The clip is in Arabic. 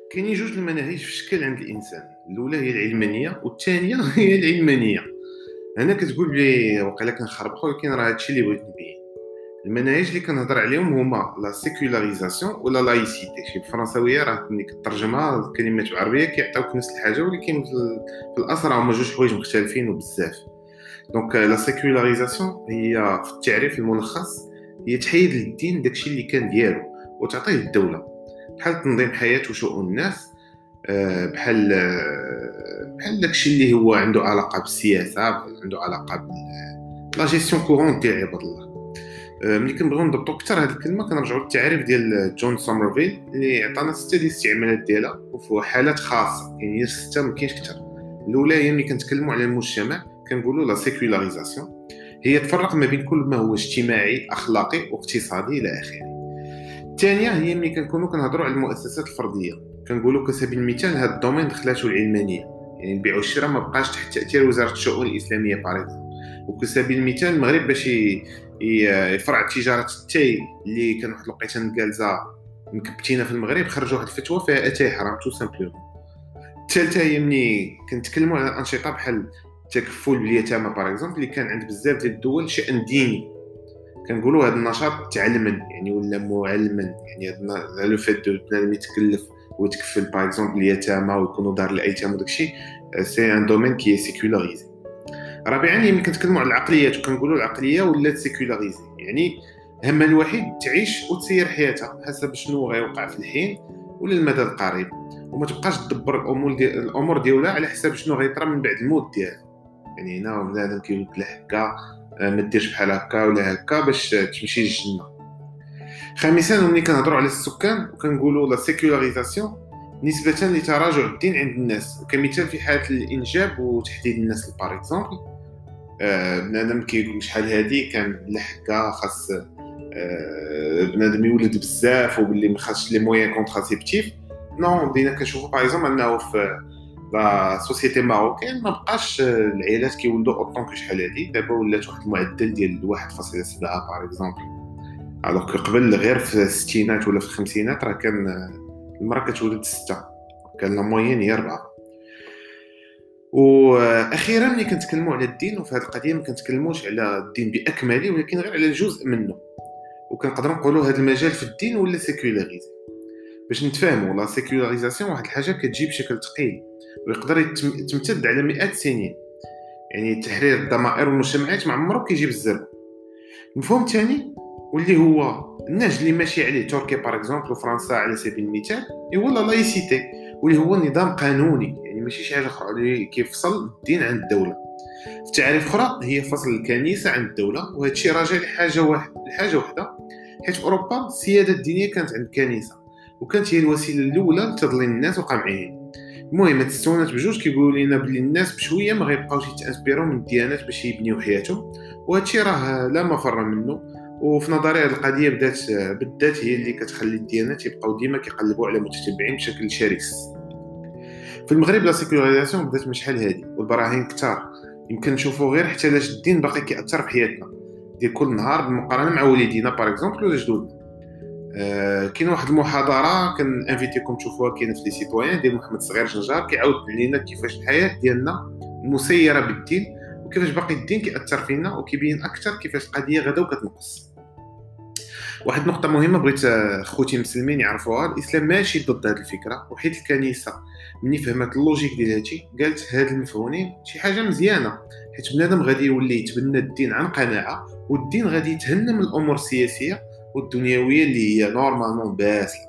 كاينين جوج المناهج في الشكل عند الانسان. الاولى هي العلمانيه والثانيه هي العلمانيه. هنا كتقول بلي واقيلا كنخربقوا، ولكن راه هادشي اللي بغيت نبين. المناهج اللي كنهضر عليهم هما لا سيكولاريزاسيون ولا لايسيتي. شي بالفرنساويه راه ملي كترجمها الكلمات بالعربيه كيعطيوك نفس الحاجه، ولكن في الاصل هما جوج حوايج مختلفين وبزاف. دونك لا سيكولاريزاسيون هي في التعريف الملخص هي تحيد للدين داكشي اللي كان ديالو وتعطيه للدوله، بحال تنظيم حياه وشؤون الناس. بحال داكشي اللي هو عنده علاقه بالسياسه، عنده علاقه لا جيستيون كورونت ديال عباد الله. ملي كنبغيو نضبطوا اكثر هذه الكلمه كنرجعوا للتعريف ديال جون سومرفيل اللي عطانا 6 ديال الاستعمالات ديالها وفي حالات خاصه، يعني هي 6 ما كاينش اكثر. الاولى هي ملي كنتكلموا على المجتمع كنقولوا لا سيكولاريزاسيون، هي تفرق ما بين كل ما هو اجتماعي اخلاقي واقتصادي الى اخره. الثانيه هي ملي كنكونوا كنهضروا على المؤسسات الفرديه، كنقولوا كسبيل المثال هذا الدومين دخلاته العلمانيه، يعني البيع والشراء ما بقاش تحت تاثير وزاره الشؤون الاسلاميه باريزون. وكسبيل المثال المغرب باش يفرع تجاره التاي اللي كان واحد الوقيته نكالزا مكبتينا في المغرب، خرجوا واحد الفتوى فيها اتاي حرام تو سامبلومون. الثالثه هي ملي كنتكلموا على انشطه بحال التكفل باليتامى باريزون اللي كان عند بزاف ديال الدول شان ديني، كنقولوا هذا النشاط تعلما يعني ولا معلما، يعني هذا لو فيت دو بنادم يتكلف ويتكفل باغ اكزومبل اليتامى ويكونوا دار الايتام وداكشي، سي ان دومين كي سيكولاريزي. رابعا يمكن كنتكلموا على العقليات وكنقولوا العقليه ولات سيكولاريزي، يعني همها الوحيد تعيش وتسير حياتها حسب شنو غيوقع في الحين ولا المدى القريب، وما تبقاش تدبر الامور ديالها على حساب شنو غيطرى من بعد الموت ديالها. يعني هنا بنادم كيقول لك لا هكا ما ديرش بحال هكا ولا هكا باش تمشي للجنه. خامسا ملي كنهضروا على السكان وكنقولوا لا سيكولاريزاسيون نسبه لتراجع الدين عند الناس، وكمثال في حاله الانجاب وتحديد النسل باغ اكزومبل. بنادم كيقول شحال هادي كان لا هكا خاص بنادم يولد بزاف وباللي ما خاصش لي مويان كونتراسيبتيف. نو بدينا كنشوفوا باغ اكزومبل انه في لا سوسيتي ماروكين ما بقاش العائلات كيولدوا اوطون كو شحال هادي، دابا ولات واحد المعدل ديال 1.7 باغ اكزومبل، الوغ كو قبل غير في الستينات ولا في الخمسينات راه كان المراه كتولد 6، كان لا موين هي 4. واخيرا ملي كنتكلموا على الدين وفي هذه القضيه ما كنتكلموش على الدين باكمله ولكن غير على جزء منه، وكنقدروا نقولوا هذا المجال في الدين ولا سيكولاريزي. باش نتفاهموا لا سيكولاريزاسيون واحد الحاجه كتجي بشكل ثقيل ويقدر يتمتد على مئات السنين، يعني تحرير الضمائر والمجتمعات ما عمره كيجي بالزرب. المفهوم الثاني واللي هو النهج اللي ماشي عليه تركيا باغ اكزومبل وفرنسا على سبيل المثال هو لا لايسيتي، واللي هو نظام قانوني، يعني ماشي شي حاجه اخرى اللي كيفصل الدين عن الدوله. في تعريف اخرى هي فصل الكنيسه عن الدوله، وهذا الشيء راجع لحاجه واحده، حيت في اوروبا السياده الدينيه كانت عند الكنيسه وكانت هي الوسيله الاولى لتضليل الناس وقمعهم. المهم التستونات بجوج كيقولوا لنا بلي الناس بشويه ما غيبقاوش يتانسبيروا من الديانات باش يبنيو حياتهم، وهذا الشيء راه لا مفر منه. وفي نظري هذه القضيه بالذات هي اللي كتخلي الديانات يبقاو ديما كيقلبوا على متتبعين بشكل شرس. في المغرب لا سيكولاريزاسيون بدات من شحال هادي والبراهين كثار، يمكن نشوفوا غير حتى لاش الدين باقي كيأثر في حياتنا ديال كل نهار بالمقارنه مع والدينا باغ اكزومبل ولا جدودنا. كاين واحد المحاضره كان انفيتيكم تشوفوها كاينه في لي سيتويان ديال محمد صغير جنجار، كيعاود لينا كيفاش الحياه ديالنا مسيره بالدين وكيفاش باقي الدين كيأثر فينا، وكيبين اكثر كيفاش القضيه غدا وكتنقص. واحد النقطه مهمه بغيت خوتي المسلمين يعرفوها، الاسلام ماشي ضد هذه الفكره، وحيت الكنيسه ملي فهمت اللوجيك ديال هادشي قالت هاد المفهومين شي حاجه مزيانه، حيت بنادم غادي يولي يتبنى الدين عن قناعه، والدين غادي يتهنى من الامور السياسيه والدنيويه اللي هي نورمالمون باسله.